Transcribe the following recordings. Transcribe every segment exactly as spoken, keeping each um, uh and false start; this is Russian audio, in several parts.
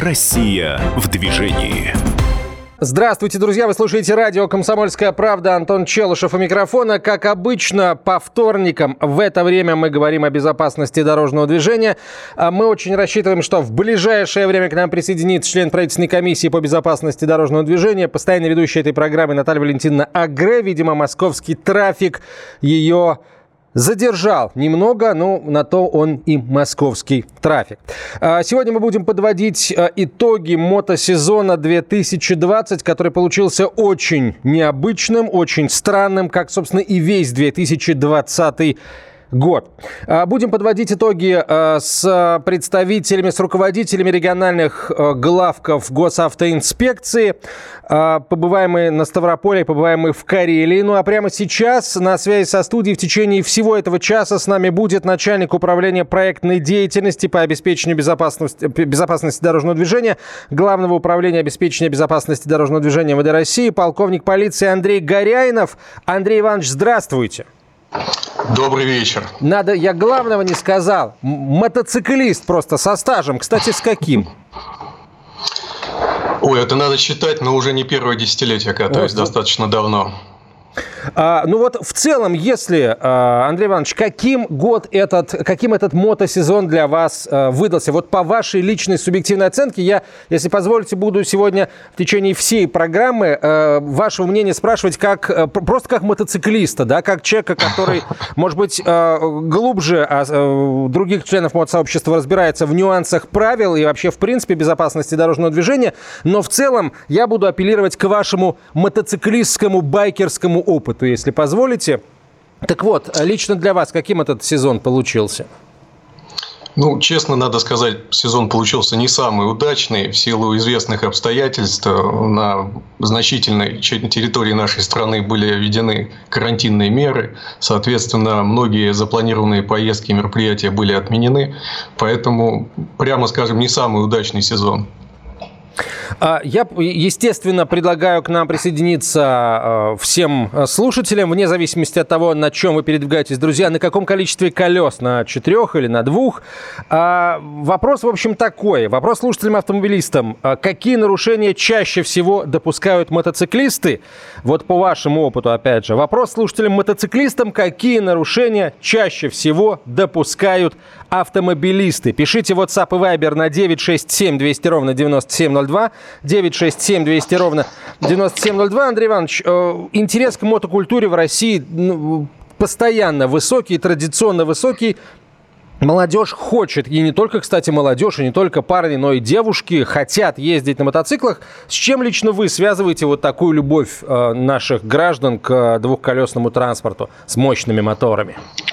Россия в движении. Здравствуйте, друзья! Вы слушаете радио «Комсомольская правда». Антон Челышев у микрофона. Как обычно, по вторникам в это время мы говорим о безопасности дорожного движения. Мы очень рассчитываем, что в ближайшее время к нам присоединится член правительственной комиссии по безопасности дорожного движения, постоянно ведущая этой программы Наталья Валентиновна Агре. Видимо, московский трафик ее задержал немного, но на то он и московский трафик. Сегодня мы будем подводить итоги мотосезона две тысячи двадцать, который получился очень необычным, очень странным, как, собственно, и весь две тысячи двадцатый год. Будем подводить итоги с представителями, с руководителями региональных главков госавтоинспекции. Побываем мы на Ставрополе, побываем мы в Карелии. Ну а прямо сейчас на связи со студией в течение всего этого часа с нами будет начальник управления проектной деятельности по обеспечению безопасности, безопасности дорожного движения Главного управления обеспечения безопасности дорожного движения эм вэ дэ России, полковник полиции Андрей Горяйнов. Андрей Иванович, здравствуйте. Добрый вечер. Надо, я главного не сказал. М- мотоциклист просто со стажем. Кстати, с каким? Ой, это надо считать, но уже не первое десятилетие катаюсь, Ой, достаточно давно. А, ну вот в целом, если, а, Андрей Иванович, каким год этот, каким этот мотосезон для вас а, выдался? Вот по вашей личной субъективной оценке, я, если позволите, буду сегодня в течение всей программы а, вашего мнения спрашивать как, а, просто как мотоциклиста, да, как человека, который, может быть, а, глубже а, а, других членов мотосообщества разбирается в нюансах правил и вообще, в принципе, безопасности дорожного движения, но в целом я буду апеллировать к вашему мотоциклистскому, байкерскому опыту, если позволите. Так вот, лично для вас каким этот сезон получился? Ну, честно, надо сказать, сезон получился не самый удачный. В силу известных обстоятельств на значительной территории нашей страны были введены карантинные меры. Соответственно, многие запланированные поездки и мероприятия были отменены. Поэтому, прямо скажем, не самый удачный сезон. Я, естественно, предлагаю к нам присоединиться всем слушателям, вне зависимости от того, на чем вы передвигаетесь, друзья, на каком количестве колес, на четырех или на двух. Вопрос, в общем, такой. Вопрос слушателям-автомобилистам. Какие нарушения чаще всего допускают мотоциклисты? Вот по вашему опыту, опять же. Вопрос слушателям-мотоциклистам. Какие нарушения чаще всего допускают автомобилисты? Пишите в WhatsApp и Viber на девять шесть семь двести ровно девяносто семь ноль два. девять шесть семь двести ровно девяносто семь ноль два. Андрей Иванович, интерес к мотокультуре в России ну, постоянно высокий, традиционно высокий. Молодежь хочет, и не только, кстати, молодежь, и не только парни, но и девушки хотят ездить на мотоциклах. С чем лично вы связываете вот такую любовь наших граждан к двухколесному транспорту с мощными моторами?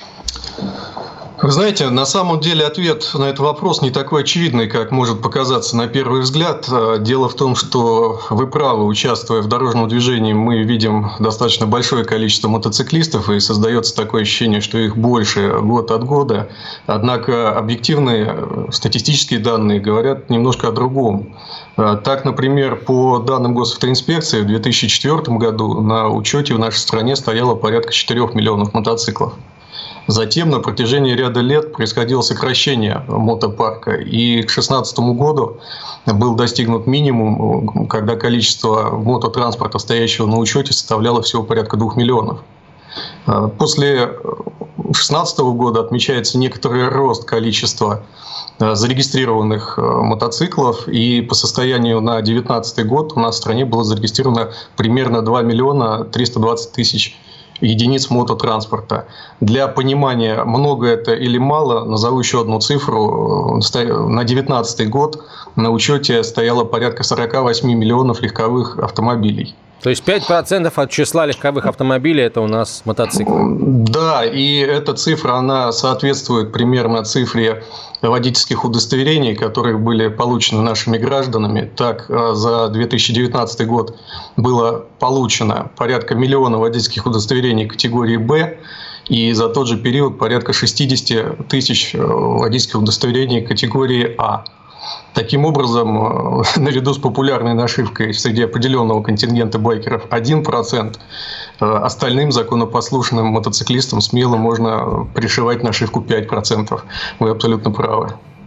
Вы знаете, на самом деле ответ на этот вопрос не такой очевидный, как может показаться на первый взгляд. Дело в том, что вы правы, участвуя в дорожном движении, мы видим достаточно большое количество мотоциклистов, и создается такое ощущение, что их больше год от года. Однако объективные статистические данные говорят немножко о другом. Так, например, по данным госавтоинспекции, в две тысячи четвёртом году на учете в нашей стране стояло порядка четырёх миллионов мотоциклов. Затем на протяжении ряда лет происходило сокращение мотопарка, и к две тысячи шестнадцатому году был достигнут минимум, когда количество мототранспорта, стоящего на учете, составляло всего порядка двух миллионов. После две тысячи шестнадцатого года отмечается некоторый рост количества зарегистрированных мотоциклов, и по состоянию на две тысячи девятнадцатый год у нас в стране было зарегистрировано примерно два миллиона триста двадцать тысяч единиц мототранспорта. Для понимания, много это или мало, назову еще одну цифру. На две тысячи девятнадцатый год на учете стояло порядка сорок восемь миллионов легковых автомобилей. То есть пять процентов от числа легковых автомобилей – это у нас мотоциклы. Да, и эта цифра, она соответствует примерно цифре водительских удостоверений, которые были получены нашими гражданами. Так, за две тысячи девятнадцатый год было получено порядка миллиона водительских удостоверений категории «Б», и за тот же период порядка шестьдесят тысяч водительских удостоверений категории «А». Таким образом, наряду с популярной нашивкой среди определенного контингента байкеров один процент, остальным законопослушным мотоциклистам смело можно пришивать нашивку пять процентов. Вы абсолютно правы.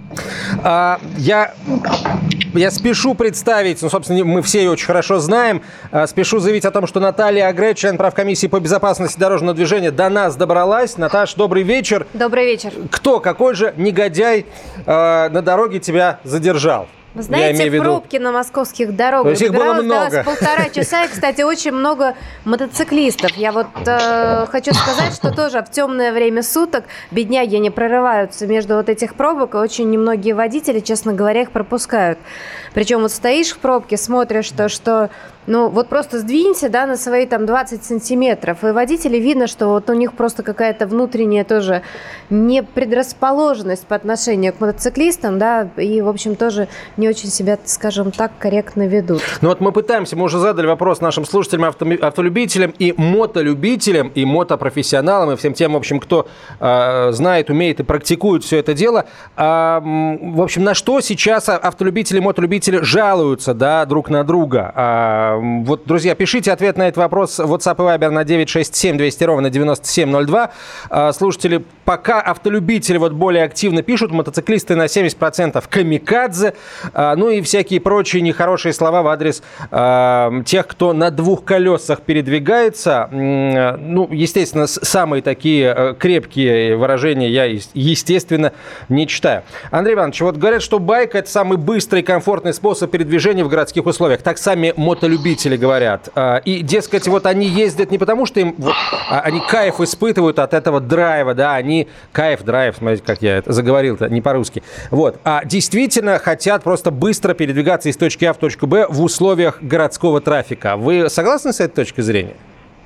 А, я, я спешу представить, ну, собственно, мы все ее очень хорошо знаем, а, спешу заявить о том, что Наталья Агре, член правкомиссии по безопасности дорожного движения, до нас добралась. Наташ, добрый вечер. Добрый вечер. Кто, какой же негодяй а, на дороге тебя задержал? Вы знаете, виду... пробки на московских дорогах. То есть их было много. Полтора часа, и, кстати, очень много мотоциклистов. Я вот э, хочу сказать, что тоже в темное время суток бедняги не прорываются между вот этих пробок, и очень немногие водители, честно говоря, их пропускают. Причем вот стоишь в пробке, смотришь, то, что ну вот просто сдвинься, да, на свои там двадцать сантиметров, и водители видно, что вот у них просто какая-то внутренняя тоже непредрасположенность по отношению к мотоциклистам, да, и, в общем, тоже не очень себя, скажем так, корректно ведут. Ну вот мы пытаемся, мы уже задали вопрос нашим слушателям, авто, автолюбителям и мотолюбителям, и мотопрофессионалам, и всем тем, в общем, кто э, знает, умеет и практикует все это дело. А, в общем, на что сейчас автолюбители, мотолюбители жалуются, да, друг на друга? А, вот, друзья, пишите ответ на этот вопрос в WhatsApp и Viber на девять шесть семь двести ровно девяносто семь ноль два. А, слушатели, пока автолюбители вот более активно пишут, мотоциклисты на семьдесят процентов камикадзе, а, ну и всякие прочие нехорошие слова в адрес а, тех, кто на двух колесах передвигается. Ну, естественно, самые такие крепкие выражения я, естественно, не читаю. Андрей Иванович, вот говорят, что байк – это самый быстрый и комфортный способ передвижения в городских условиях. Так сами мотолюбители говорят. И, дескать, вот они ездят не потому, что им вот, они кайф испытывают от этого драйва, да, они кайф, драйв, смотрите, как я это заговорил-то, не по-русски. Вот. А действительно хотят просто быстро передвигаться из точки А в точку Б в условиях городского трафика. Вы согласны с этой точкой зрения?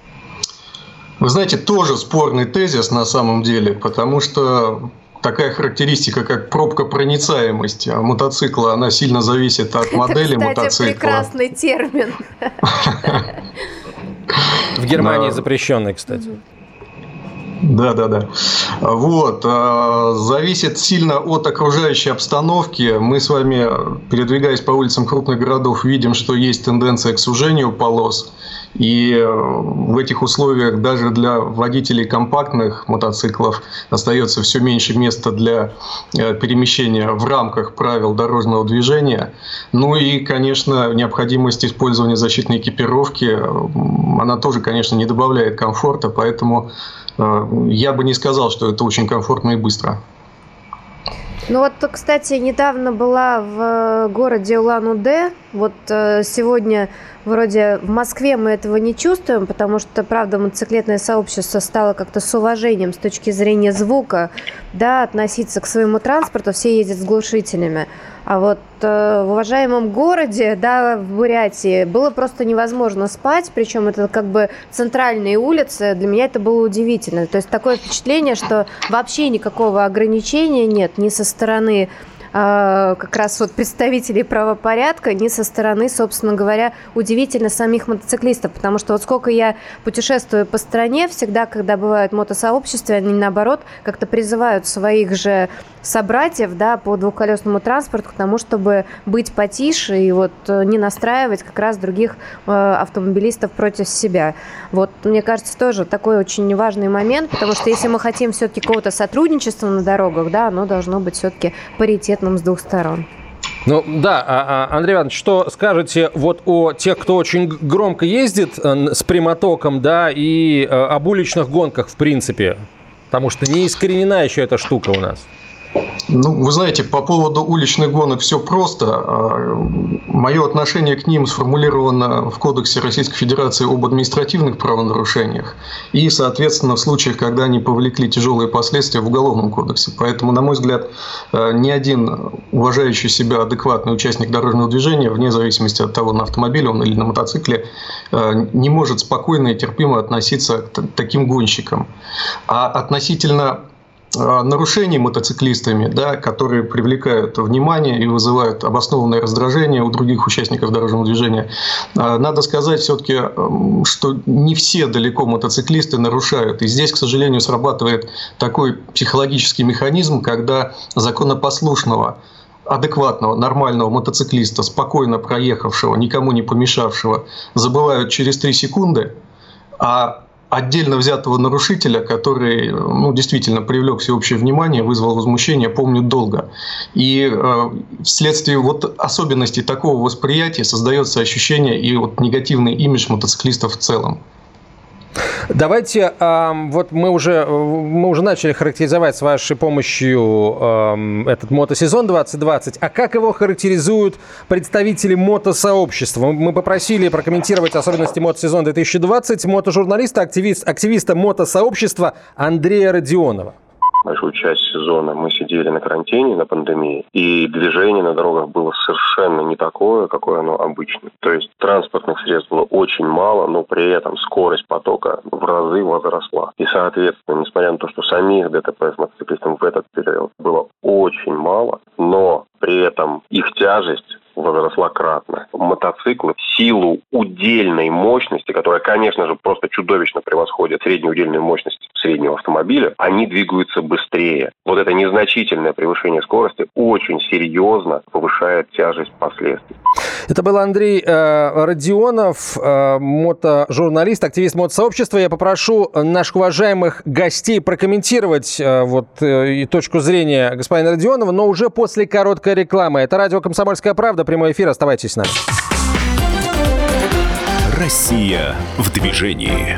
Вы знаете, тоже спорный тезис на самом деле, потому что такая характеристика, как пробкопроницаемость мотоцикла, она сильно зависит от модели Это, кстати, мотоцикла. Кстати, прекрасный термин. В Германии запрещенный, кстати. Да, да, да. Вот. Зависит сильно от окружающей обстановки. Мы с вами, передвигаясь по улицам крупных городов, видим, что есть тенденция к сужению полос. И в этих условиях даже для водителей компактных мотоциклов остается все меньше места для перемещения в рамках правил дорожного движения. Ну и, конечно, необходимость использования защитной экипировки, она тоже, конечно, не добавляет комфорта, поэтому я бы не сказал, что это очень комфортно и быстро. Ну вот, кстати, недавно была в городе Улан-Удэ. Вот сегодня вроде в Москве мы этого не чувствуем, потому что, правда, мотоциклетное сообщество стало как-то с уважением с точки зрения звука, да, относиться к своему транспорту, все ездят с глушителями. А вот э, в уважаемом городе, да, в Бурятии, было просто невозможно спать, причем это как бы центральные улицы, для меня это было удивительно. То есть такое впечатление, что вообще никакого ограничения нет ни со стороны как раз вот представителей правопорядка, ни со стороны, собственно говоря, удивительно самих мотоциклистов, потому что вот сколько я путешествую по стране, всегда, когда бывают мотосообщества, они, наоборот, как-то призывают своих же собратьев, да, по двухколесному транспорту к тому, чтобы быть потише и вот не настраивать как раз других э, автомобилистов против себя. Вот, мне кажется, тоже такой очень важный момент, потому что если мы хотим все-таки какого-то сотрудничества на дорогах, да, оно должно быть все-таки паритетным с двух сторон. Ну да, Андрей Иванович, что скажете вот о тех, кто очень громко ездит с прямотоком, да, и об уличных гонках в принципе? Потому что не искоренена еще эта штука у нас. Ну, вы знаете, по поводу уличных гонок все просто. Мое отношение к ним сформулировано в Кодексе Российской Федерации об административных правонарушениях и, соответственно, в случаях, когда они повлекли тяжелые последствия в Уголовном кодексе. Поэтому, на мой взгляд, ни один уважающий себя адекватный участник дорожного движения, вне зависимости от того, на автомобиле он или на мотоцикле, не может спокойно и терпимо относиться к таким гонщикам. А относительно нарушений мотоциклистами, да, которые привлекают внимание и вызывают обоснованное раздражение у других участников дорожного движения. Надо сказать все-таки, что не все далеко мотоциклисты нарушают. И здесь, к сожалению, срабатывает такой психологический механизм, когда законопослушного, адекватного, нормального мотоциклиста, спокойно проехавшего, никому не помешавшего, забывают через три секунды, а отдельно взятого нарушителя, который ну, действительно привлек всеобщее внимание, вызвал возмущение, помнят долго. И э, вследствие вот особенностей такого восприятия создается ощущение и вот негативный имидж мотоциклистов в целом. Давайте, э, вот мы уже, мы уже начали характеризовать с вашей помощью э, этот мотосезон двадцать двадцать. А как его характеризуют представители мотосообщества? Мы попросили прокомментировать особенности мотосезона две тысячи двадцать мотожурналиста, активист, активиста мотосообщества Андрея Родионова. Большую часть сезона мы сидели на карантине, на пандемии, и движение на дорогах было совершенно не такое, какое оно обычно. То есть транспортных средств было очень мало, но при этом скорость потока в разы возросла. И, соответственно, несмотря на то, что самих ДТП с мотоциклистами в этот период было очень мало, но при этом их тяжесть возросла кратно. Мотоциклы в силу удельной мощности, которая, конечно же, просто чудовищно превосходит среднюю удельную мощность среднего автомобиля, они двигаются быстрее. Вот это незначительное превышение скорости очень серьезно повышает тяжесть последствий. Это был Андрей э, Родионов, э, мотожурналист, активист мотосообщества. Я попрошу наших уважаемых гостей прокомментировать э, вот, э, и точку зрения господина Родионова, но уже после короткой рекламы. Это радио «Комсомольская правда», прямой эфир. Оставайтесь с нами. Россия в движении.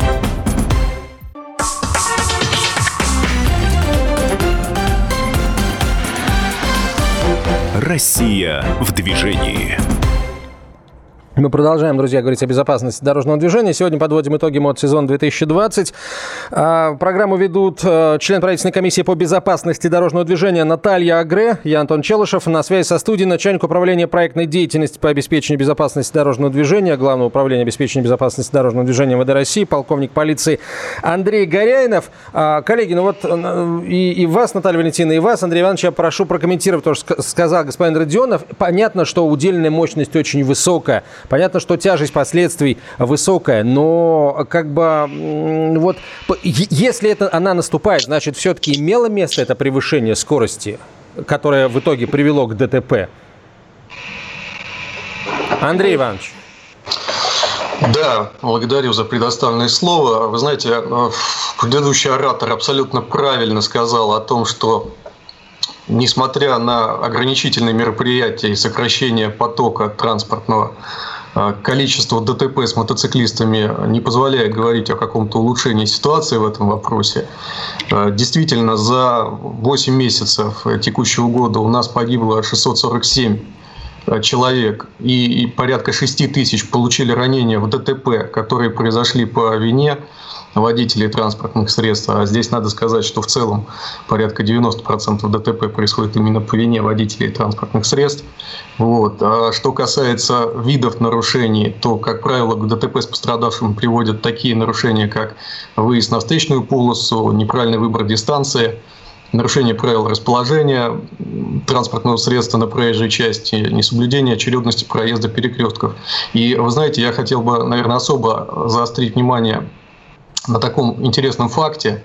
Россия в движении. Мы продолжаем, друзья, говорить о безопасности дорожного движения. Сегодня подводим итоги мотосезона две тысячи двадцать. Программу ведут член правительственной комиссии по безопасности дорожного движения Наталья Агре. Я Антон Челышев. На связи со студией начальник управления проектной деятельности по обеспечению безопасности дорожного движения, Главного управления обеспечения безопасности дорожного движения МВД России, полковник полиции Андрей Горяйнов. Коллеги, ну вот и, и вас, Наталья Валентиновна, и вас, Андрей Иванович, я прошу прокомментировать то, что сказал господин Родионов. Понятно, что удельная мощность очень высокая. Понятно, что тяжесть последствий высокая, но как бы вот если это, она наступает, значит, все-таки имело место это превышение скорости, которое в итоге привело к ДТП. Андрей Иванович. Да, благодарю за предоставленное слово. Вы знаете, предыдущий оратор абсолютно правильно сказал о том, что несмотря на ограничительные мероприятия и сокращение потока транспортного, количество ДТП с мотоциклистами не позволяет говорить о каком-то улучшении ситуации в этом вопросе. Действительно, за восемь месяцев текущего года у нас погибло шестьсот сорок семь человек и, и порядка шесть тысяч получили ранения в ДТП, которые произошли по вине водителей транспортных средств. А здесь надо сказать, что в целом порядка девяносто процентов ДТП происходит именно по вине водителей транспортных средств. Вот. А что касается видов нарушений, то, как правило, к ДТП с пострадавшим приводят такие нарушения, как выезд на встречную полосу, неправильный выбор дистанции, нарушение правил расположения транспортного средства на проезжей части, несоблюдение очередности проезда перекрестков. И вы знаете, я хотел бы, наверное, особо заострить внимание на таком интересном факте,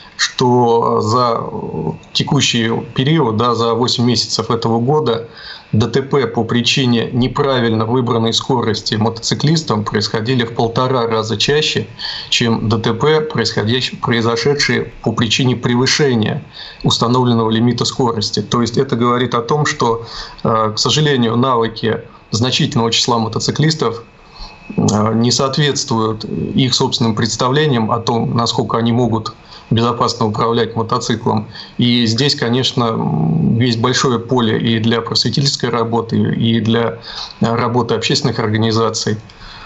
что за текущий период, да, за восемь месяцев этого года ДТП по причине неправильно выбранной скорости мотоциклистам происходили в полтора раза чаще, чем ДТП, произошедшие по причине превышения установленного лимита скорости. То есть это говорит о том, что, к сожалению, навыки значительного числа мотоциклистов не соответствуют их собственным представлениям о том, насколько они могут безопасно управлять мотоциклом. И здесь, конечно, есть большое поле и для просветительской работы, и для работы общественных организаций.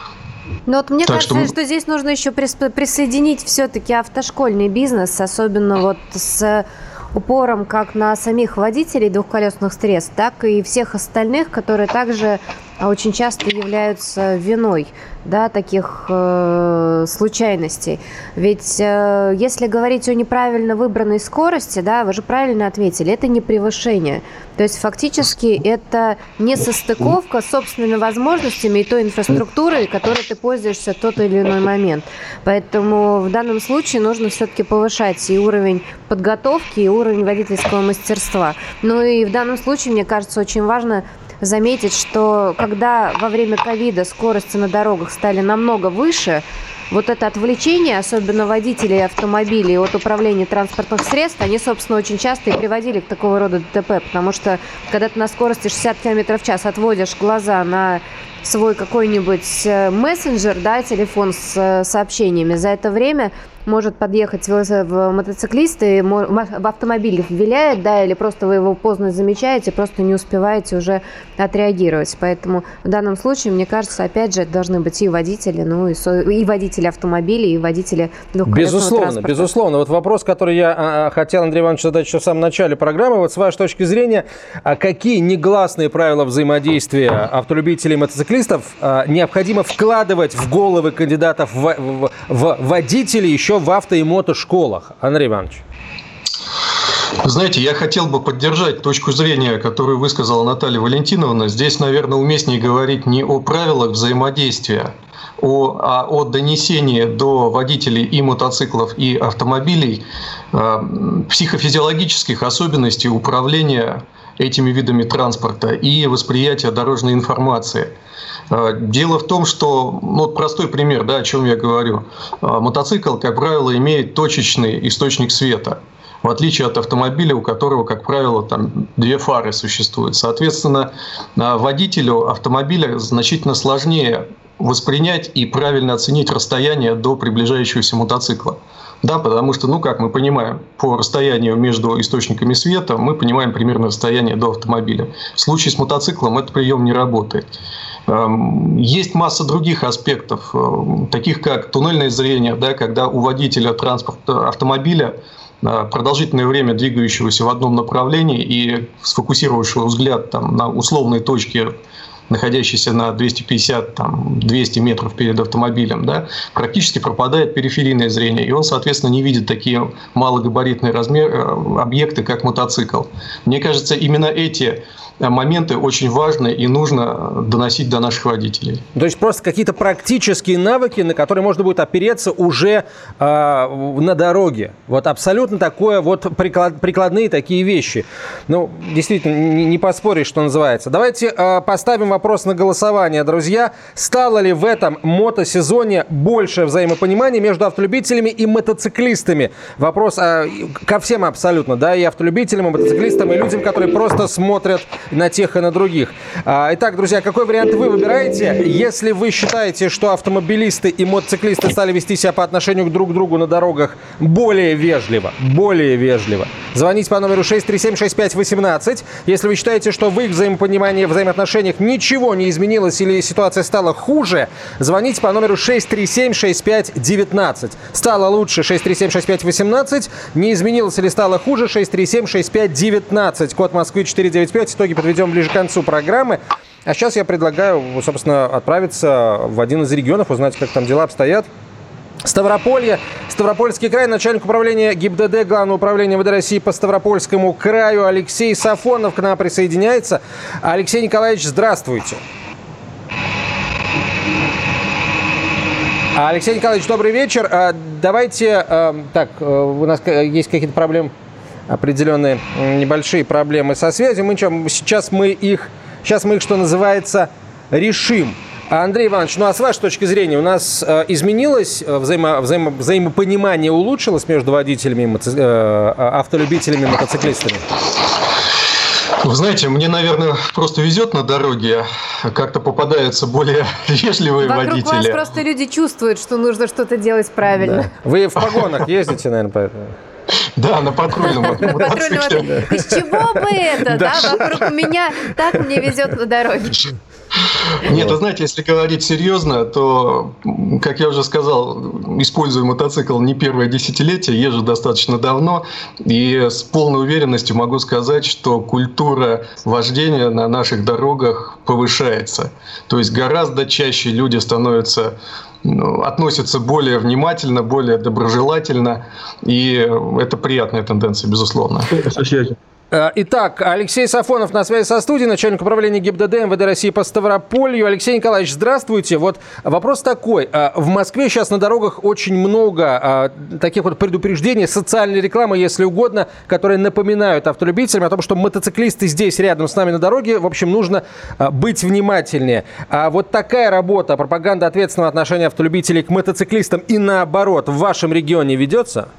Но вот мне так кажется, что... что здесь нужно еще присоединить все-таки автошкольный бизнес, особенно вот с упором как на самих водителей двухколесных средств, так и всех остальных, которые также очень часто являются виной, да, таких э, случайностей. Ведь э, если говорить о неправильно выбранной скорости, да, вы же правильно отметили, это не превышение. То есть фактически это не состыковка с собственными возможностями и той инфраструктурой, которой ты пользуешься в тот или иной момент. Поэтому в данном случае нужно все-таки повышать и уровень подготовки, и уровень водительского мастерства. Ну и в данном случае, мне кажется, очень важно заметить, что когда во время ковида скорости на дорогах стали намного выше, вот это отвлечение, особенно водителей автомобилей от управления транспортных средств, они, собственно, очень часто и приводили к такого рода ДТП, потому что когда ты на скорости шестьдесят километров в час отводишь глаза на свой какой-нибудь мессенджер, да, телефон с сообщениями, за это время может подъехать мотоциклист и в автомобиле виляет, да, или просто вы его поздно замечаете, просто не успеваете уже отреагировать. Поэтому в данном случае, мне кажется, опять же, это должны быть и водители, ну и, со... и водители автомобилей, и водители двухколесного безусловно, транспорта. Безусловно. Вот вопрос, который я а, хотел, Андрей Иванович, задать еще в самом начале программы. Вот с вашей точки зрения, а какие негласные правила взаимодействия автолюбителей и мотоциклистов а, необходимо вкладывать в головы кандидатов в, в, в водителей еще в авто- и мотошколах? Андрей Иванович. Вы знаете, я хотел бы поддержать точку зрения, которую высказала Наталья Валентиновна. Здесь, наверное, уместнее говорить не о правилах взаимодействия, о, а о донесении до водителей и мотоциклов, и автомобилей э, психофизиологических особенностей управления этими видами транспорта и восприятия дорожной информации. Дело в том, что, ну, вот простой пример, да, о чем я говорю. Мотоцикл, как правило, имеет точечный источник света, в отличие от автомобиля, у которого, как правило, там две фары существуют. Соответственно, водителю автомобиля значительно сложнее воспринять и правильно оценить расстояние до приближающегося мотоцикла. Да, потому что, ну, как мы понимаем, по расстоянию между источниками света мы понимаем примерно расстояние до автомобиля. В случае с мотоциклом этот прием не работает. Есть масса других аспектов, таких как туннельное зрение, да, когда у водителя транспорта, автомобиля, продолжительное время двигающегося в одном направлении и сфокусировавшего взгляд там, на условной точке, находящийся на двести пятьдесят - двести метров перед автомобилем, да, практически пропадает периферийное зрение, и он, соответственно, не видит такие малогабаритные размеры, объекты, как мотоцикл. Мне кажется, именно эти моменты очень важны и нужно доносить до наших водителей. То есть просто какие-то практические навыки, на которые можно будет опереться уже э, на дороге. Вот абсолютно такое, вот приклад, прикладные такие вещи. Ну, действительно, не, не поспоришь, что называется. Давайте э, поставим вопрос на голосование, друзья. Стало ли в этом мотосезоне больше взаимопонимания между автолюбителями и мотоциклистами? Вопрос э, ко всем абсолютно, да, и автолюбителям, и мотоциклистам, и людям, которые просто смотрят на тех и на других. Итак, друзья, какой вариант вы выбираете? Если вы считаете, что автомобилисты и мотоциклисты стали вести себя по отношению друг к другу на дорогах более вежливо, более вежливо, звоните по номеру шесть три семь шесть пять восемнадцать. Если вы считаете, что в их взаимопонимании, взаимоотношениях ничего не изменилось или ситуация стала хуже, звоните по номеру шесть три семь шесть пять девятнадцать. Стало лучше — шесть три семь шесть пять восемнадцать. Не изменилось или стало хуже — шесть три семь шесть пять девятнадцать. Код Москвы четыре девять пять. Итоги подведем ближе к концу программы. А сейчас я предлагаю, собственно, отправиться в один из регионов, узнать, как там дела обстоят. Ставрополье, Ставропольский край, начальник управления ГИБДД Главного управления МВД России по Ставропольскому краю Алексей Сафонов к нам присоединяется. Алексей Николаевич, здравствуйте. Алексей Николаевич, добрый вечер. Давайте, так, у нас есть какие-то проблемы? Определенные небольшие проблемы со связью. Мы сейчас мы их, сейчас мы их, что называется, решим. Андрей Иванович, ну а с вашей точки зрения, у нас э, изменилось взаимо, взаимо, взаимопонимание, улучшилось между водителями, мотоци... э, автолюбителями и мотоциклистами? Вы знаете, мне, наверное, просто везет на дороге. Как-то попадаются более вежливые Вокруг водители. Вокруг вас просто люди чувствуют, что нужно что-то делать правильно. Да. Вы в погонах ездите, наверное, поэтому... Да, на патрульном мотоцикле. Из чего бы это, да? Вокруг меня так мне везет на дороге. Нет, вы знаете, если говорить серьезно, то, как я уже сказал, использую мотоцикл не первое десятилетие, езжу достаточно давно, и с полной уверенностью могу сказать, что культура вождения на наших дорогах повышается. То есть гораздо чаще люди становятся... относятся более внимательно, более доброжелательно, и это приятная тенденция, безусловно. Итак, Алексей Сафонов на связи со студией, начальник управления ГИБДД МВД России по Ставрополью. Алексей Николаевич, здравствуйте. Вот вопрос такой. В Москве сейчас на дорогах очень много таких вот предупреждений, социальной рекламы, если угодно, которые напоминают автолюбителям о том, что мотоциклисты здесь рядом с нами на дороге. В общем, нужно быть внимательнее. А вот такая работа, пропаганда ответственного отношения автолюбителей к мотоциклистам и наоборот в вашем регионе ведется?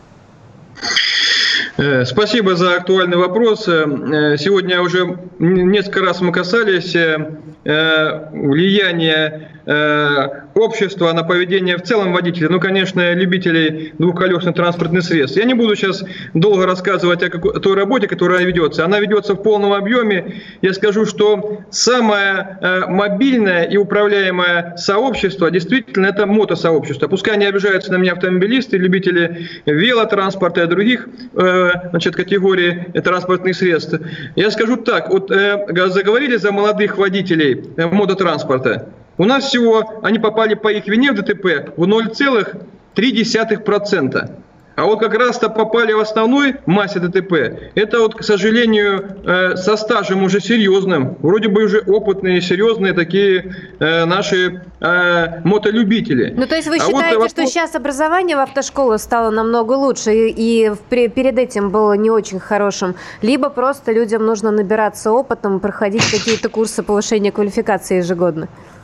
Спасибо за актуальный вопрос. Сегодня уже несколько раз мы касались влияния общества на поведение в целом водителей, ну, конечно, любителей двухколесных транспортных средств. Я не буду сейчас долго рассказывать о той работе, которая ведется. Она ведется в полном объеме. Я скажу, что самое мобильное и управляемое сообщество действительно это мотосообщество. Пускай не обижаются на меня автомобилисты, любители велотранспорта и других значит, категорий транспортных средств. Я скажу так, вот заговорили за молодых водителей мототранспорта. У нас всего они попали по их вине в ДТП в ноль целых три десятых процента. А вот как раз-то попали в основной массе ДТП. Это вот, к сожалению, со стажем уже серьезным. Вроде бы уже опытные, серьезные такие наши мотолюбители. Ну, то есть вы а считаете, вот, что сейчас образование в автошколах стало намного лучше и перед этим было не очень хорошим? Либо просто людям нужно набираться опытом, проходить какие-то курсы повышения квалификации ежегодно?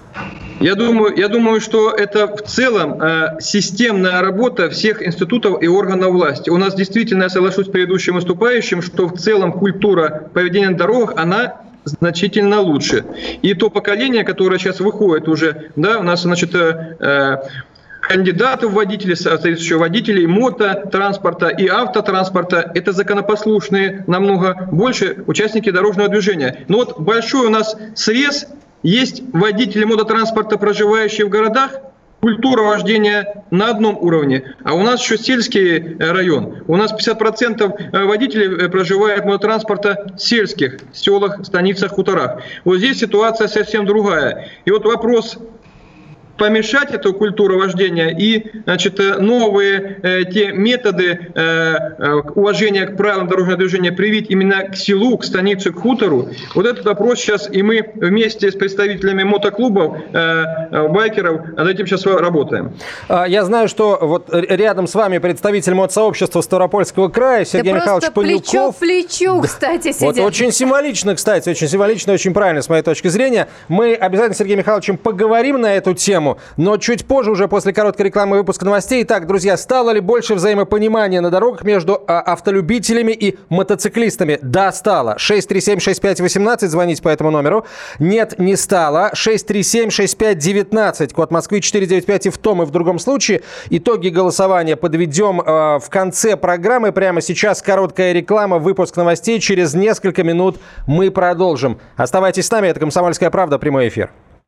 Я думаю, я думаю, что это в целом э, системная работа всех институтов и органов власти. У нас действительно, я соглашусь с предыдущим выступающим, что в целом культура поведения на дорогах, она значительно лучше. И то поколение, которое сейчас выходит уже, да, у нас, значит, э, кандидаты в водители, соответствующие водителей мототранспорта и автотранспорта, это законопослушные намного больше участники дорожного движения. Но вот большой у нас срез. Есть водители мототранспорта, проживающие в городах, культура вождения на одном уровне, а у нас еще сельский район. У нас пятьдесят процентов водителей проживает мототранспорта в сельских селах, станицах, хуторах. Вот здесь ситуация совсем другая. И вот вопрос помешать эту культуру вождения и, значит, новые э, те методы э, уважения к правилам дорожного движения привить именно к селу, к станице, к хутору. Вот этот вопрос сейчас и мы вместе с представителями мотоклубов, э, байкеров над этим сейчас работаем. Я знаю, что вот рядом с вами представитель мотосообщества Ставропольского края Сергей да Михайлович Панюков. Плечо в плечу, кстати, сидят. Вот очень символично, кстати, очень символично, очень правильно с моей точки зрения. Мы обязательно с Сергеем Михайловичем поговорим на эту тему. Но чуть позже, уже после короткой рекламы и выпуска новостей. Итак, друзья, стало ли больше взаимопонимания на дорогах между а, автолюбителями и мотоциклистами? Да, стало. шесть три семь шесть пять восемнадцать, звоните по этому номеру. Нет, не стало. шесть три семь шесть пять девятнадцать, код Москвы четыре девять пять и в том и в другом случае. Итоги голосования подведем э, в конце программы. Прямо сейчас короткая реклама, выпуск новостей. Через несколько минут мы продолжим. Оставайтесь с нами, это «Комсомольская правда», прямой эфир.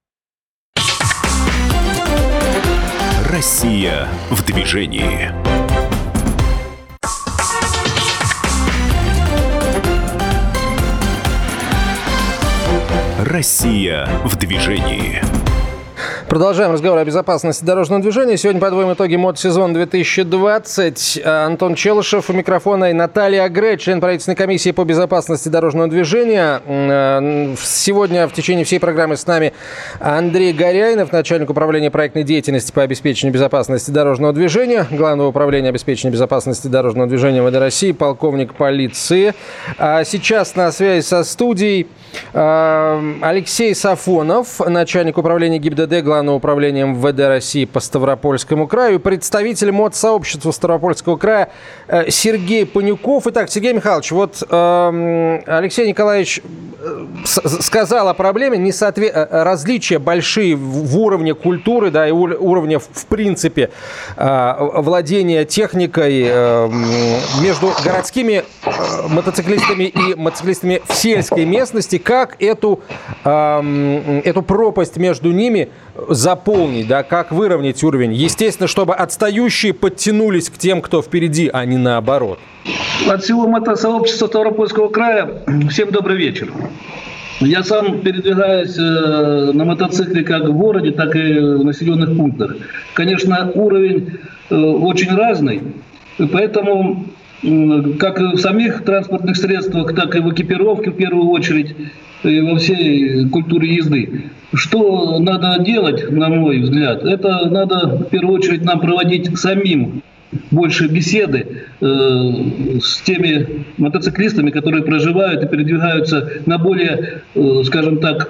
Россия в движении. Россия в движении. Продолжаем разговор о безопасности дорожного движения. Сегодня подводим итоги мотосезона две тысячи двадцать. Антон Челышев у микрофона и Наталья Агре, член правительственной комиссии по безопасности дорожного движения. Сегодня в течение всей программы с нами Андрей Горяйнов, начальник управления проектной деятельности по обеспечению безопасности дорожного движения, Главного управления обеспечения безопасности дорожного движения МВД России, полковник полиции. А сейчас на связи со студией Алексей Сафонов, начальник управления ГИБДД, Главного управления МВД России по Ставропольскому краю, представитель мотосообщества Ставропольского края Сергей Панюков. Итак, Сергей Михайлович, вот э, Алексей Николаевич сказал о проблеме несоотве... различия большие в уровне культуры, да, и уровня в принципе владения техникой между городскими мотоциклистами и мотоциклистами в сельской местности. Как эту, эту пропасть между ними заполнить, да, как выровнять уровень? Естественно, чтобы отстающие подтянулись к тем, кто впереди, а не наоборот. От всего мотосообщества Ставропольского края всем добрый вечер. Я сам передвигаюсь на мотоцикле как в городе, так и в населенных пунктах. Конечно, уровень очень разный, поэтому как в самих транспортных средствах, так и в экипировке в первую очередь, и во всей культуре езды. Что надо делать, на мой взгляд, это надо в первую очередь нам проводить самим больше беседы э, с теми мотоциклистами, которые проживают и передвигаются на более, э, скажем так,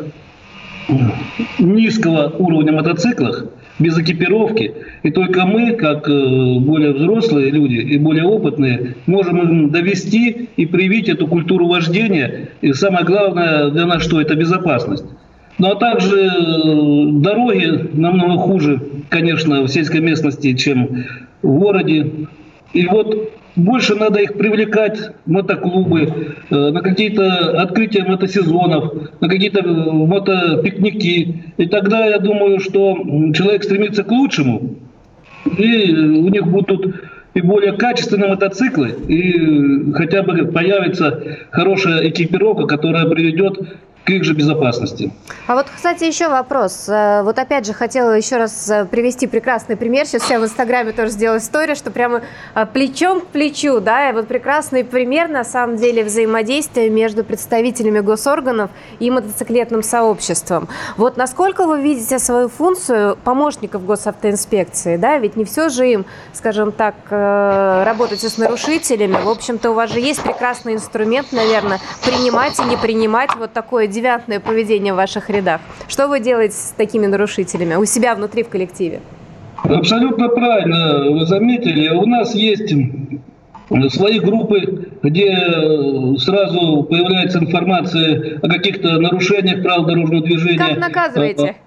низкого уровня мотоциклах, без экипировки. И только мы, как э, более взрослые люди и более опытные, можем им довести и привить эту культуру вождения. И самое главное для нас, что это безопасность. Ну а также э, дороги намного хуже, конечно, в сельской местности, чем в городе. И вот больше надо их привлекать в мотоклубы, э, на какие-то открытия мотосезонов, на какие-то мотопикники. И тогда я думаю, что человек стремится к лучшему, и у них будут и более качественные мотоциклы, и хотя бы появится хорошая экипировка, которая приведет к их же безопасности. А вот, кстати, еще вопрос. Вот опять же хотела еще раз привести прекрасный пример. Сейчас я в Инстаграме тоже сделала историю, что прямо плечом к плечу, да, и вот прекрасный пример, на самом деле, взаимодействия между представителями госорганов и мотоциклетным сообществом. Вот насколько вы видите свою функцию помощников госавтоинспекции, да, ведь не все же им, скажем так, работать с нарушителями. В общем-то, у вас же есть прекрасный инструмент, наверное, принимать и не принимать вот такое девиантное поведение в ваших рядах. Что вы делаете с такими нарушителями у себя внутри в коллективе? Абсолютно правильно вы заметили. У нас есть свои группы, где сразу появляется информация о каких-то нарушениях правил дорожного движения. Как наказываете?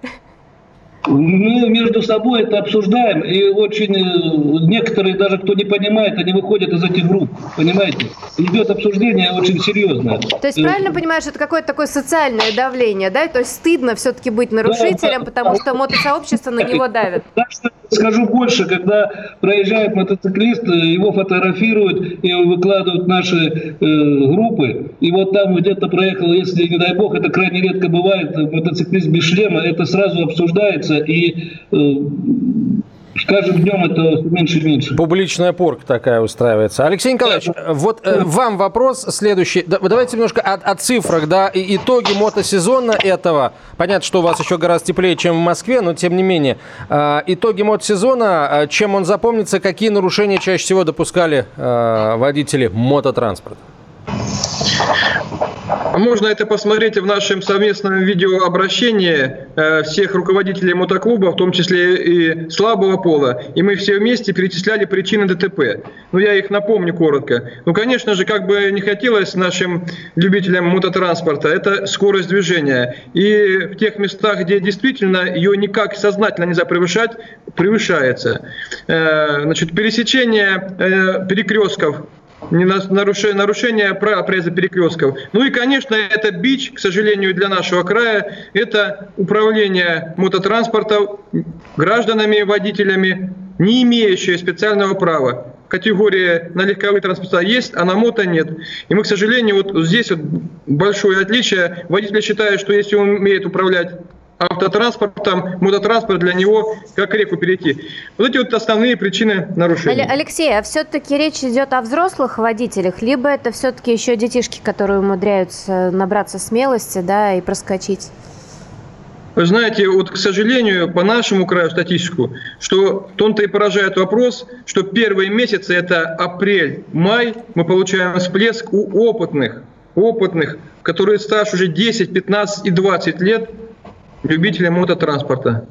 Мы между собой это обсуждаем, и очень некоторые, даже кто не понимает, они выходят из этих групп, понимаете? Идет обсуждение очень серьезное. То есть правильно понимаешь, это какое-то такое социальное давление, да? То есть стыдно все-таки быть нарушителем, да, потому что мотосообщество на него давит. Скажу больше, когда проезжает мотоциклист, его фотографируют и выкладывают в наши э, группы, и вот там где-то проехал, если, не дай бог, это крайне редко бывает, мотоциклист без шлема, это сразу обсуждается, и э, с каждым днем это меньше и меньше. Публичная порка такая устраивается. Алексей Николаевич, да. вот э, вам вопрос следующий. Да, давайте немножко о, о цифрах, да, и итоги мотосезона этого. Понятно, что у вас еще гораздо теплее, чем в Москве, но тем не менее. Э, итоги мотосезона, э, чем он запомнится, какие нарушения чаще всего допускали э, водители мототранспорта? Можно это посмотреть в нашем совместном видеообращении э, всех руководителей мотоклуба, в том числе и слабого пола. И мы все вместе перечисляли причины ДТП. Ну, я их напомню коротко. Ну, конечно же, как бы не хотелось нашим любителям мототранспорта, это скорость движения. И в тех местах, где действительно ее никак сознательно нельзя превышать, превышается. Э, значит, пересечение э, перекрестков, нарушение, нарушение правил проезда перекрестков. Ну и, конечно, это бич, к сожалению, для нашего края, это управление мототранспортом гражданами, водителями, не имеющие специального права. Категория на легковые транспорта есть, а на мото нет. И мы, к сожалению, вот здесь вот большое отличие. Водители считают, что если он умеет управлять автотранспортом, мототранспорт для него как реку перейти. Вот эти вот основные причины нарушений. Алексей, а все-таки речь идет о взрослых водителях, либо это все-таки еще детишки, которые умудряются набраться смелости, да, и проскочить? Вы знаете, вот, к сожалению, по нашему краю статистику, что он-то и поражает вопрос, что первые месяцы, это апрель, май, мы получаем всплеск у опытных, опытных, которые стаж уже десять, пятнадцать и двадцать лет, любителям мототранспорта.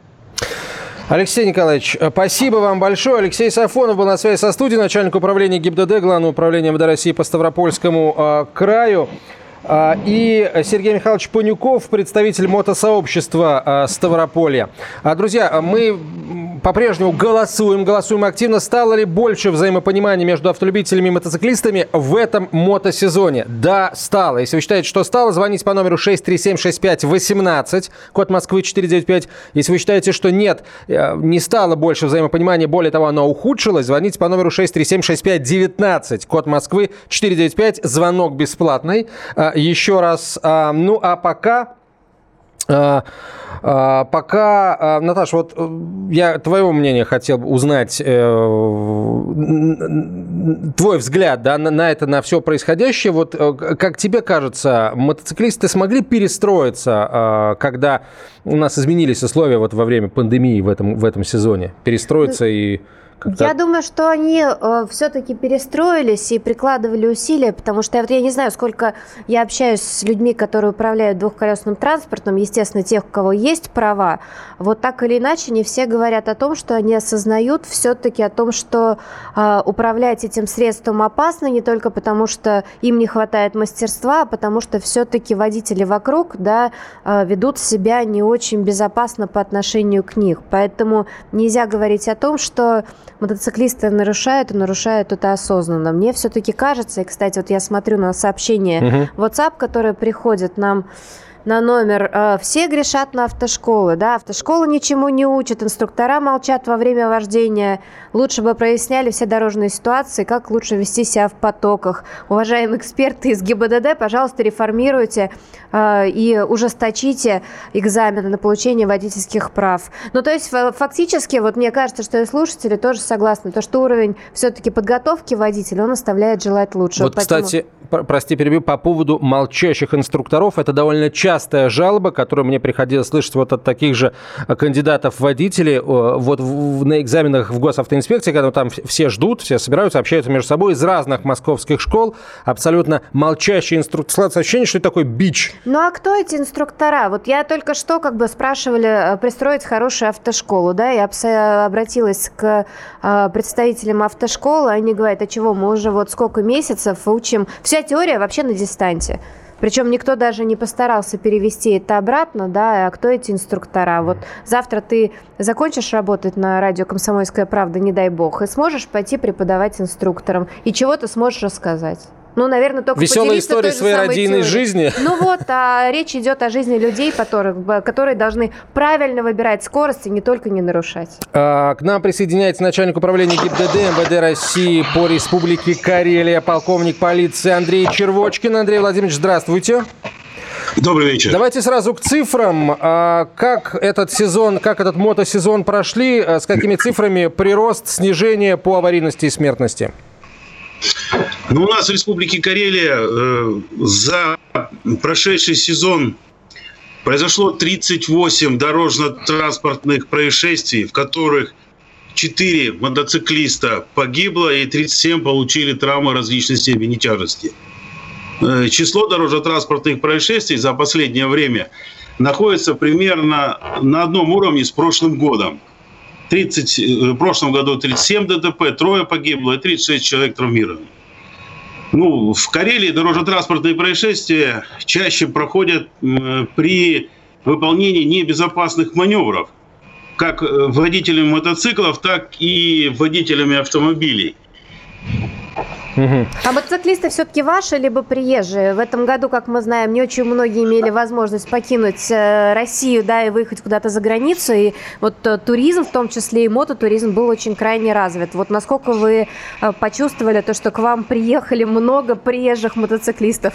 Алексей Николаевич, спасибо вам большое. Алексей Сафонов был на связи со студией, начальник управления ГИБДД, Главного управления МВД России по Ставропольскому э, краю. Э, и Сергей Михайлович Панюков, представитель мотосообщества э, Ставрополья. А, друзья, мы по-прежнему голосуем, голосуем активно. Стало ли больше взаимопонимания между автолюбителями и мотоциклистами в этом мотосезоне? Да, стало. Если вы считаете, что стало, звоните по номеру шесть три семь шесть пять восемнадцать, код Москвы четыре девять пять. Если вы считаете, что нет, не стало больше взаимопонимания, более того, оно ухудшилось, звоните по номеру шесть три семь шесть пять девятнадцать, код Москвы четыре девять пять. Звонок бесплатный. Еще раз. Ну, а пока... А, а, пока, а, Наташа, вот я твое мнение хотел узнать, э, твой взгляд, да, на, на это, на все происходящее. Вот как тебе кажется, мотоциклисты смогли перестроиться, э, когда у нас изменились условия вот во время пандемии в этом, в этом сезоне? Перестроиться и... Как-то... Я думаю, что они э, все-таки перестроились и прикладывали усилия, потому что я, вот, я не знаю, сколько я общаюсь с людьми, которые управляют двухколесным транспортом, естественно, тех, у кого есть права, вот так или иначе не все говорят о том, что они осознают все-таки о том, что э, управлять этим средством опасно, не только потому, что им не хватает мастерства, а потому что все-таки водители вокруг, да, э, ведут себя не очень безопасно по отношению к них. Поэтому нельзя говорить о том, что мотоциклисты нарушают и нарушают это осознанно. Мне все-таки кажется, и, кстати, вот я смотрю на сообщение uh-huh. WhatsApp, которое приходит нам на номер, э, все грешат на автошколы, да, автошколы ничему не учат, инструктора молчат во время вождения, лучше бы проясняли все дорожные ситуации, как лучше вести себя в потоках. Уважаемые эксперты из ГИБДД, пожалуйста, реформируйте э, и ужесточите экзамены на получение водительских прав. Ну, то есть, фактически, вот мне кажется, что и слушатели тоже согласны, то, что уровень все-таки подготовки водителя, он оставляет желать лучшего. Вот, Поэтому... кстати, прости, перебью, по поводу молчащих инструкторов, это довольно часто частая жалоба, которую мне приходилось слышать вот от таких же кандидатов в водители вот в, на экзаменах в госавтоинспекции, когда там все ждут, все собираются, общаются между собой из разных московских школ, абсолютно молчащие инструктора. Складывается ощущение, что это такой бич. Ну а кто эти инструктора? Вот я только что как бы спрашивали пристроить хорошую автошколу, да, я обратилась к представителям автошколы, они говорят, а чего, мы уже вот сколько месяцев учим, вся теория вообще на дистанте. Причем никто даже не постарался перевести это обратно, да, а кто эти инструктора? Вот завтра ты закончишь работать на радио «Комсомольская правда», не дай бог, и сможешь пойти преподавать инструкторам, и чего ты сможешь рассказать? Ну, наверное, только веселые истории своей радийной теорией. жизни. Ну вот, а речь идет о жизни людей, которых, которые должны правильно выбирать скорость и не только не нарушать. А, к нам присоединяется начальник управления ГИБДД МВД России по Республике Карелия, полковник полиции Андрей Червочкин. Андрей Владимирович, здравствуйте. Добрый вечер. Давайте сразу к цифрам. А, как этот сезон, как этот мотосезон прошли, а, с какими цифрами прирост, снижение по аварийности и смертности? Ну, у нас в Республике Карелия э, за прошедший сезон произошло тридцать восемь дорожно-транспортных происшествий, в которых четыре мотоциклиста погибло и тридцать семь получили травмы различной степени тяжести. Э, число дорожно-транспортных происшествий за последнее время находится примерно на одном уровне с прошлым годом. тридцать, в прошлом году тридцать семь ДТП, трое погибло и тридцать шесть человек травмированы. Ну, в Карелии дорожно-транспортные происшествия чаще проходят при выполнении небезопасных маневров, как водителями мотоциклов, так и водителями автомобилей. Угу. А мотоциклисты все-таки ваши, либо приезжие? В этом году, как мы знаем, не очень многие имели возможность покинуть Россию, да, и выехать куда-то за границу. И вот туризм, в том числе и мототуризм, был очень крайне развит. Вот насколько вы почувствовали то, что к вам приехали много приезжих мотоциклистов?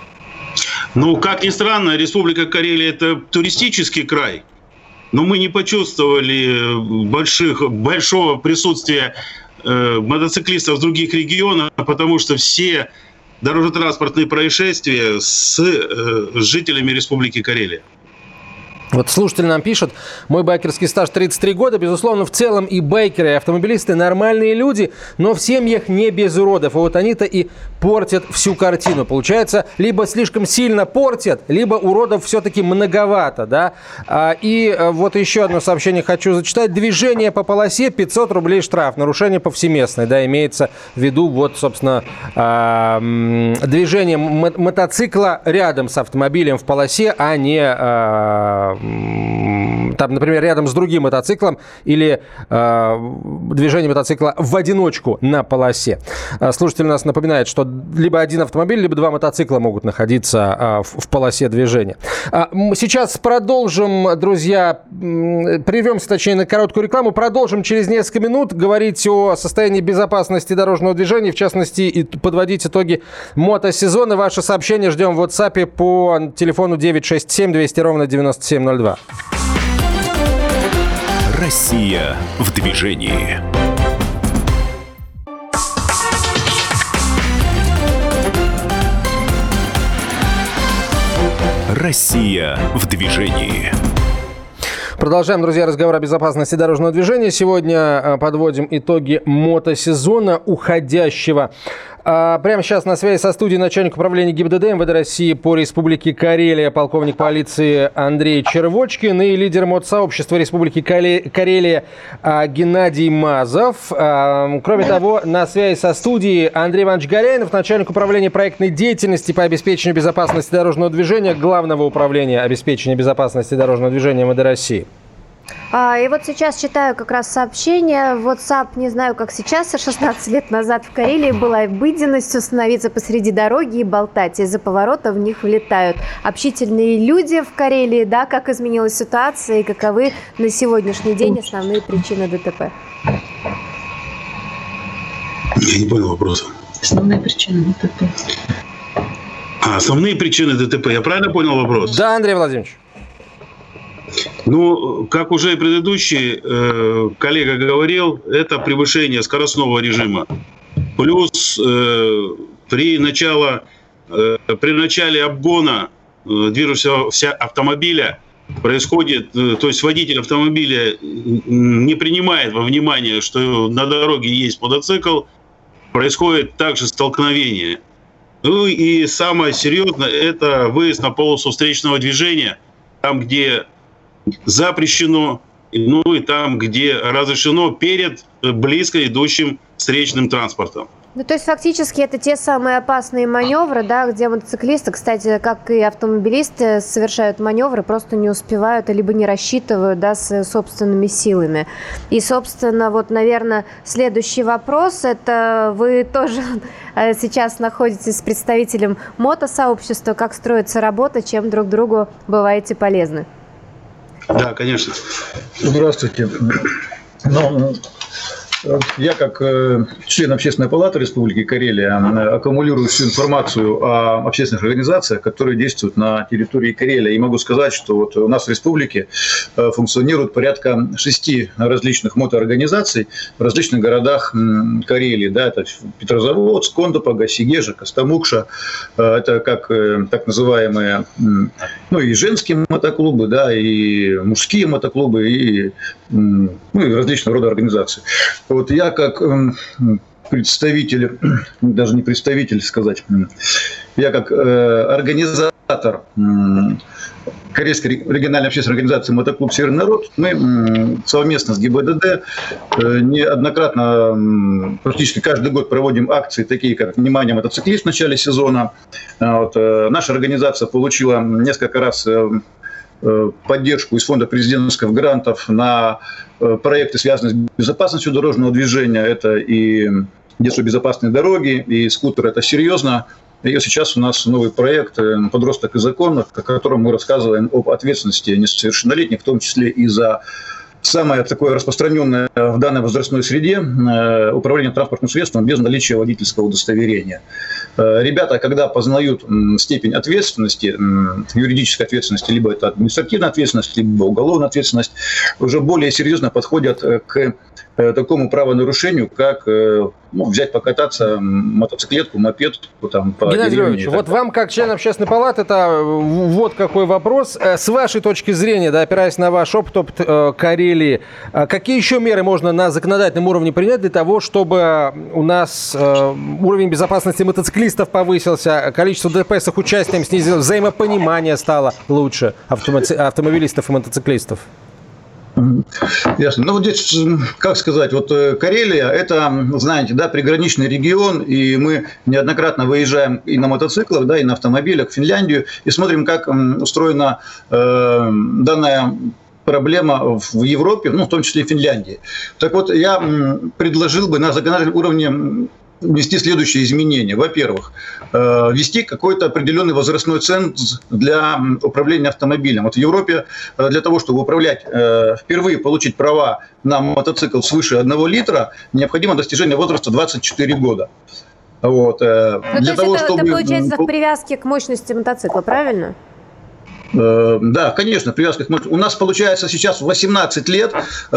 Ну, как ни странно, Республика Карелия – это туристический край. Но мы не почувствовали больших, большого присутствия мотоциклистов в других регионах, потому что все дорожно-транспортные происшествия с э, жителями Республики Карелия. Вот слушатель нам пишет, мой байкерский стаж тридцать три года, безусловно, в целом и байкеры, и автомобилисты нормальные люди, но в семьях не без уродов. И вот они-то и портят всю картину. Получается, либо слишком сильно портят, либо уродов все-таки многовато, да. А, и вот еще одно сообщение хочу зачитать. Движение по полосе пятьсот рублей штраф. Нарушение повсеместное, да, имеется в виду вот, собственно, а, движение мотоцикла рядом с автомобилем в полосе, а не... А, там, например, рядом с другим мотоциклом или э, движение мотоцикла в одиночку на полосе. Слушатель нас напоминает, что либо один автомобиль, либо два мотоцикла могут находиться э, в, в полосе движения. Сейчас продолжим, друзья, прервемся, точнее, на короткую рекламу, продолжим через несколько минут говорить о состоянии безопасности дорожного движения, в частности, и подводить итоги мотосезона. Ваши сообщения ждем в WhatsApp по телефону девять шесть семь двести ровно девяносто семь ноль два. Россия в движении. Россия в движении. Продолжаем, друзья, разговор о безопасности дорожного движения. Сегодня подводим итоги мотосезона уходящего. Прямо сейчас на связи со студией начальник управления ГИБДД МВД России по Республике Карелия, полковник полиции Андрей Червочкин и лидер мотосообщества Республики Карелия Геннадий Мазов. Кроме того, на связи со студией Андрей Иванович Горяинов, начальник управления проектной деятельности по обеспечению безопасности дорожного движения Главного управления обеспечения безопасности дорожного движения МВД России. А, и вот сейчас читаю как раз сообщение. WhatsApp, не знаю, как сейчас, а шестнадцать лет назад в Карелии была обыденностью становиться посреди дороги и болтать. Из-за поворота в них влетают общительные люди в Карелии. Да, как изменилась ситуация и каковы на сегодняшний день основные причины ДТП? Я не понял вопроса. Основные причины ДТП. А, основные причины ДТП. Я правильно понял вопрос? Да, Андрей Владимирович. Ну, как уже и предыдущий э, коллега говорил, это превышение скоростного режима. Плюс э, при, начало, э, при начале обгона э, движущегося автомобиля происходит, э, то есть водитель автомобиля не принимает во внимание, что на дороге есть мотоцикл, происходит также столкновение. Ну и самое серьезное – это выезд на полосу встречного движения, там, где запрещено, ну и там, где разрешено перед близко идущим встречным транспортом. Ну, то есть, фактически, это те самые опасные маневры, да, где мотоциклисты, кстати, как и автомобилисты, совершают маневры, просто не успевают, либо не рассчитывают, да, с собственными силами. И, собственно, вот, наверное, следующий вопрос, это вы тоже сейчас находитесь с представителем мотосообщества, как строится работа, чем друг другу бываете полезны? Да, конечно. Здравствуйте. Ну, я как член Общественной палаты Республики Карелия аккумулирую всю информацию о общественных организациях, которые действуют на территории Карелии. И могу сказать, что вот у нас в республике функционирует порядка шести различных мотоорганизаций в различных городах Карелии. Да, это Петрозаводск, Кондопога, Сегежа, Костомукша. Это как так называемые, ну, и женские мотоклубы, да, и мужские мотоклубы, и, ну, и различного рода организации. Вот я как представитель, даже не представитель сказать, я как организатор Карельской региональной общественной организации «Мотоклуб Северный народ», мы совместно с ГИБДД неоднократно, практически каждый год проводим акции, такие как «Внимание, мотоциклист» в начале сезона. Вот, наша организация получила несколько раз поддержку из фонда президентских грантов на проекты, связанные с безопасностью дорожного движения. Это и детство безопасные дороги, и скутер. Это серьезно. И сейчас у нас новый проект «Подросток и закон», в котором мы рассказываем об ответственности несовершеннолетних, в том числе и за самое такое распространенное в данной возрастной среде управление транспортным средством без наличия водительского удостоверения. Ребята, когда познают степень ответственности, юридической ответственности, либо это административная ответственность, либо уголовная ответственность, уже более серьезно подходят к такому правонарушению, как, ну, взять покататься мотоциклетку, мопед там, по Геннадий Львович, вот вам, как член общественной палаты, это вот какой вопрос. С вашей точки зрения, да, опираясь на ваш опыт, опыт э, Карелии, какие еще меры можно на законодательном уровне принять для того, чтобы у нас э, уровень безопасности мотоциклистов повысился, количество ДТП с их участием снизилось, взаимопонимание стало лучше автомобилистов и мотоциклистов? Ясно. Ну, вот здесь, как сказать, вот Карелия – это, знаете, да, приграничный регион, и мы неоднократно выезжаем и на мотоциклах, да, и на автомобилях в Финляндию, и смотрим, как устроена э, данная проблема в Европе, ну, в том числе и в Финляндии. Так вот, я предложил бы на законодательном уровне ввести следующие изменения. Во-первых, ввести какой-то определенный возрастной ценз для управления автомобилем. Вот в Европе для того, чтобы управлять, впервые получить права на мотоцикл свыше одного литра, необходимо достижение возраста двадцать четыре года. Вот. Ну, для то того, есть это, чтобы... это получается в привязке к мощности мотоцикла, правильно? Да, конечно, привязка к мотоциклу. У нас получается сейчас восемнадцать лет,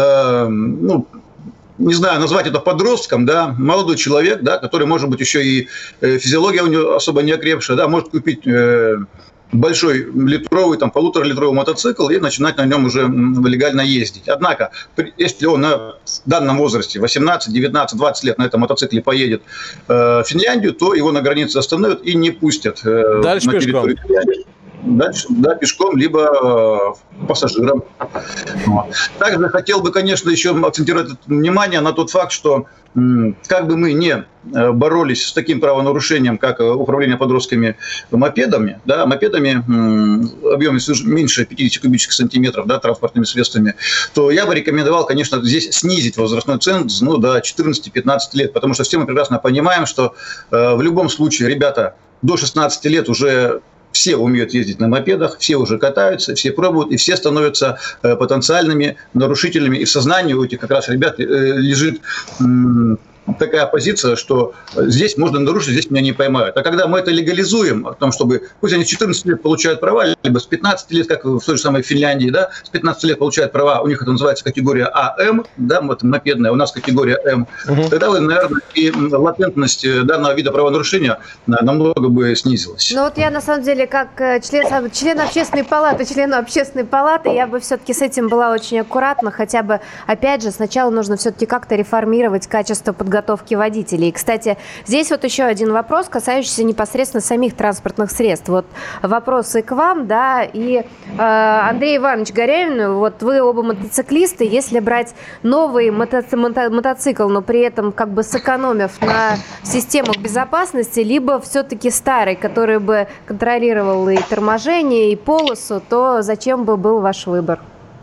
ну, не знаю, назвать это подростком, да, молодой человек, да, который, может быть, еще и физиология у него особо не окрепшая, да, может купить э, большой литровый, там, полуторалитровый мотоцикл и начинать на нем уже легально ездить. Однако, если он на данном возрасте, восемнадцать, девятнадцать, двадцать лет на этом мотоцикле поедет э, в Финляндию, то его на границе остановят и не пустят э, Дальше на территорию Финляндии. Дальше, да, пешком, либо э, пассажиром. Вот. Также хотел бы, конечно, еще акцентировать внимание на тот факт, что м, как бы мы не боролись с таким правонарушением, как управление подростками мопедами, да, мопедами м, объемом меньше пятьдесят кубических сантиметров, да, транспортными средствами, то я бы рекомендовал, конечно, здесь снизить возрастной ценз, ну, до четырнадцати-пятнадцати лет, потому что все мы прекрасно понимаем, что э, в любом случае ребята до шестнадцати лет уже все умеют ездить на мопедах, все уже катаются, все пробуют, и все становятся э, потенциальными нарушителями. И в сознании у этих как раз ребят э, лежит м, такая позиция, что здесь можно нарушить, здесь меня не поймают. А когда мы это легализуем, о том, чтобы пусть они с четырнадцати лет получают права, либо с пятнадцати лет, как в той же самой Финляндии, да, с пятнадцати лет получают права, у них это называется категория АМ, да, вот мопедная, у нас категория М, угу. Тогда, наверное, и латентность данного вида правонарушения намного бы снизилась. Ну вот я, на самом деле, как член, член общественной палаты, член общественной палаты, я бы все-таки с этим была очень аккуратна, хотя бы, опять же, сначала нужно все-таки как-то реформировать качество подготовки водителей. И, кстати, здесь вот еще один вопрос, касающийся непосредственно самих транспортных средств. Вот вопросы к вам, да, и э, Андрей Иванович Горявин, вот вы оба мотоциклисты, если брать новый мото- мото- мотоцикл, но при этом как бы сэкономив на системах безопасности, либо все-таки старый, который бы контролировал и торможение, и полосу, то зачем бы был ваш выбор?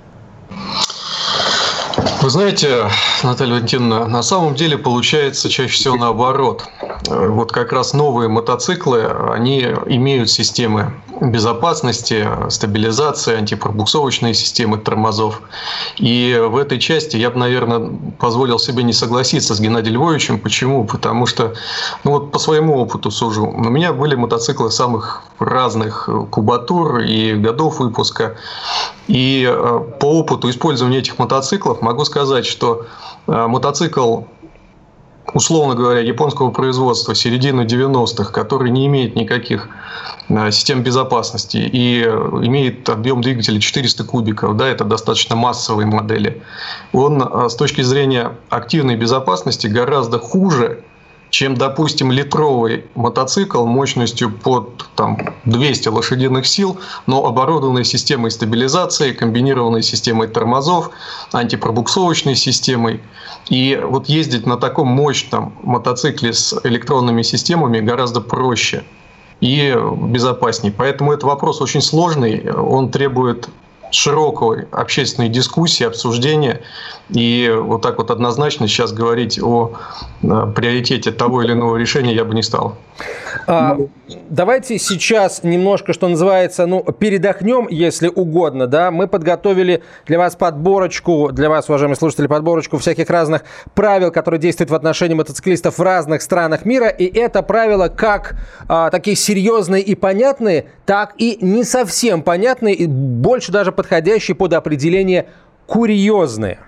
Вы знаете, Наталья Валентиновна, на самом деле получается чаще всего наоборот. Вот как раз новые мотоциклы, они имеют системы безопасности, стабилизации, антипробуксовочные системы тормозов. И в этой части я бы, наверное, позволил себе не согласиться с Геннадием Львовичем. Почему? Потому что, ну вот по своему опыту сужу, у меня были мотоциклы самых разных кубатур и годов выпуска. И по опыту использования этих мотоциклов могу сказать, что мотоцикл, условно говоря, японского производства середины девяностых, который не имеет никаких систем безопасности и имеет объем двигателя четыреста кубиков, да, это достаточно массовые модели, он с точки зрения активной безопасности гораздо хуже, чем, допустим, литровый мотоцикл мощностью под там, двести лошадиных сил, но оборудованный системой стабилизации, комбинированной системой тормозов, антипробуксовочной системой. И вот ездить на таком мощном мотоцикле с электронными системами гораздо проще и безопаснее. Поэтому этот вопрос очень сложный, он требует широкой общественной дискуссии, обсуждения. И вот так вот однозначно сейчас говорить о приоритете того или иного решения я бы не стал. А, давайте сейчас немножко, что называется, ну, передохнем, если угодно. Да? Мы подготовили для вас подборочку, для вас, уважаемые слушатели, подборочку всяких разных правил, которые действуют в отношении мотоциклистов в разных странах мира. И это правила как а, такие серьезные и понятные, так и не совсем понятные, и больше даже подходящие под определение курьезные.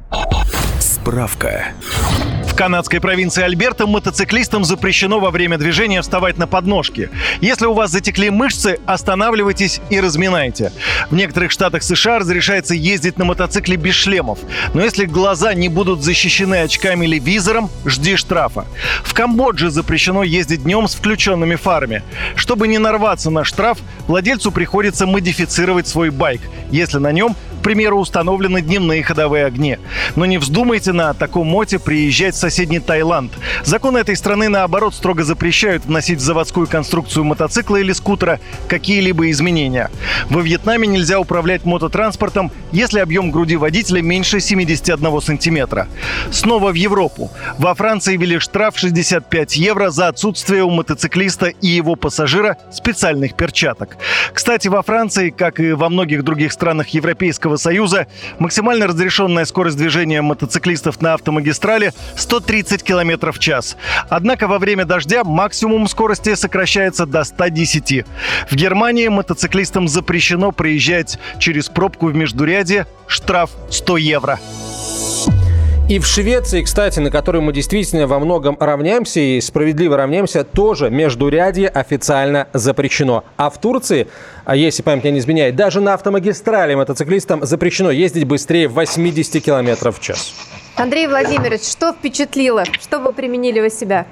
Справка. В канадской провинции Альберта мотоциклистам запрещено во время движения вставать на подножки. Если у вас затекли мышцы, останавливайтесь и разминайте. В некоторых штатах США разрешается ездить на мотоцикле без шлемов. Но если глаза не будут защищены очками или визором, жди штрафа. В Камбодже запрещено ездить днем с включенными фарами. Чтобы не нарваться на штраф, владельцу приходится модифицировать свой байк, если на нем примеру, установлены дневные ходовые огни. Но не вздумайте на таком моте приезжать в соседний Таиланд. Законы этой страны, наоборот, строго запрещают вносить в заводскую конструкцию мотоцикла или скутера какие-либо изменения. Во Вьетнаме нельзя управлять мототранспортом, если объем груди водителя меньше семьдесят один сантиметра. Снова в Европу. Во Франции ввели штраф шестьдесят пять евро за отсутствие у мотоциклиста и его пассажира специальных перчаток. Кстати, во Франции, как и во многих других странах Европейского Союза, максимально разрешенная скорость движения мотоциклистов на автомагистрали сто тридцать километров в час. Однако во время дождя максимум скорости сокращается до ста десяти. В Германии мотоциклистам запрещено проезжать через пробку в междурядье, штраф сто евро. И в Швеции, кстати, на которой мы действительно во многом равняемся и справедливо равняемся, тоже междурядье официально запрещено. А в Турции, а если память меня не изменяет, даже на автомагистрали мотоциклистам запрещено ездить быстрее восемьдесят километров в час. Андрей Владимирович, что впечатлило? Что вы применили у себя?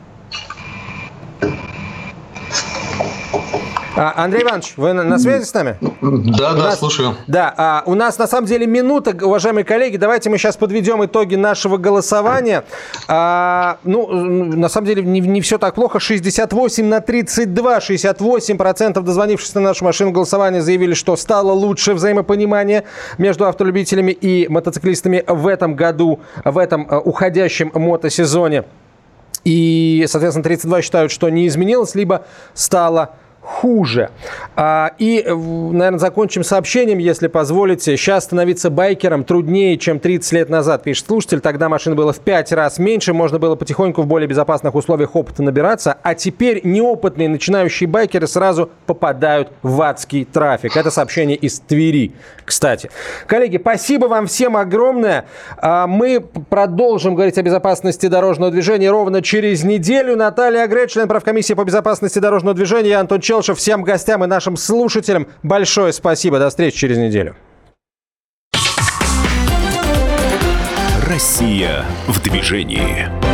А, Андрей Иванович, вы на, на связи с нами? Да, у да, нас, слушаю. Да, а, у нас на самом деле минута, уважаемые коллеги. Давайте мы сейчас подведем итоги нашего голосования. А, ну, на самом деле не, не все так плохо. шестьдесят восемь на тридцать два. шестьдесят восемь процентов дозвонившись на нашу машину голосования заявили, что стало лучше взаимопонимание между автолюбителями и мотоциклистами в этом году, в этом а, уходящем мотосезоне. И, соответственно, тридцать два считают, что не изменилось, либо стало хуже. И, наверное, закончим сообщением, если позволите. Сейчас становиться байкером труднее, чем тридцать лет назад, пишет слушатель. Тогда машин было в пять раз меньше, можно было потихоньку в более безопасных условиях опыта набираться. А теперь неопытные начинающие байкеры сразу попадают в адский трафик. Это сообщение из Твери, кстати. Коллеги, спасибо вам всем огромное. Мы продолжим говорить о безопасности дорожного движения ровно через неделю. Наталья Агре, член правкомиссии по безопасности дорожного движения, я Антон Челшев. Всем гостям и нашим слушателям большое спасибо. До встречи через неделю. Россия в движении.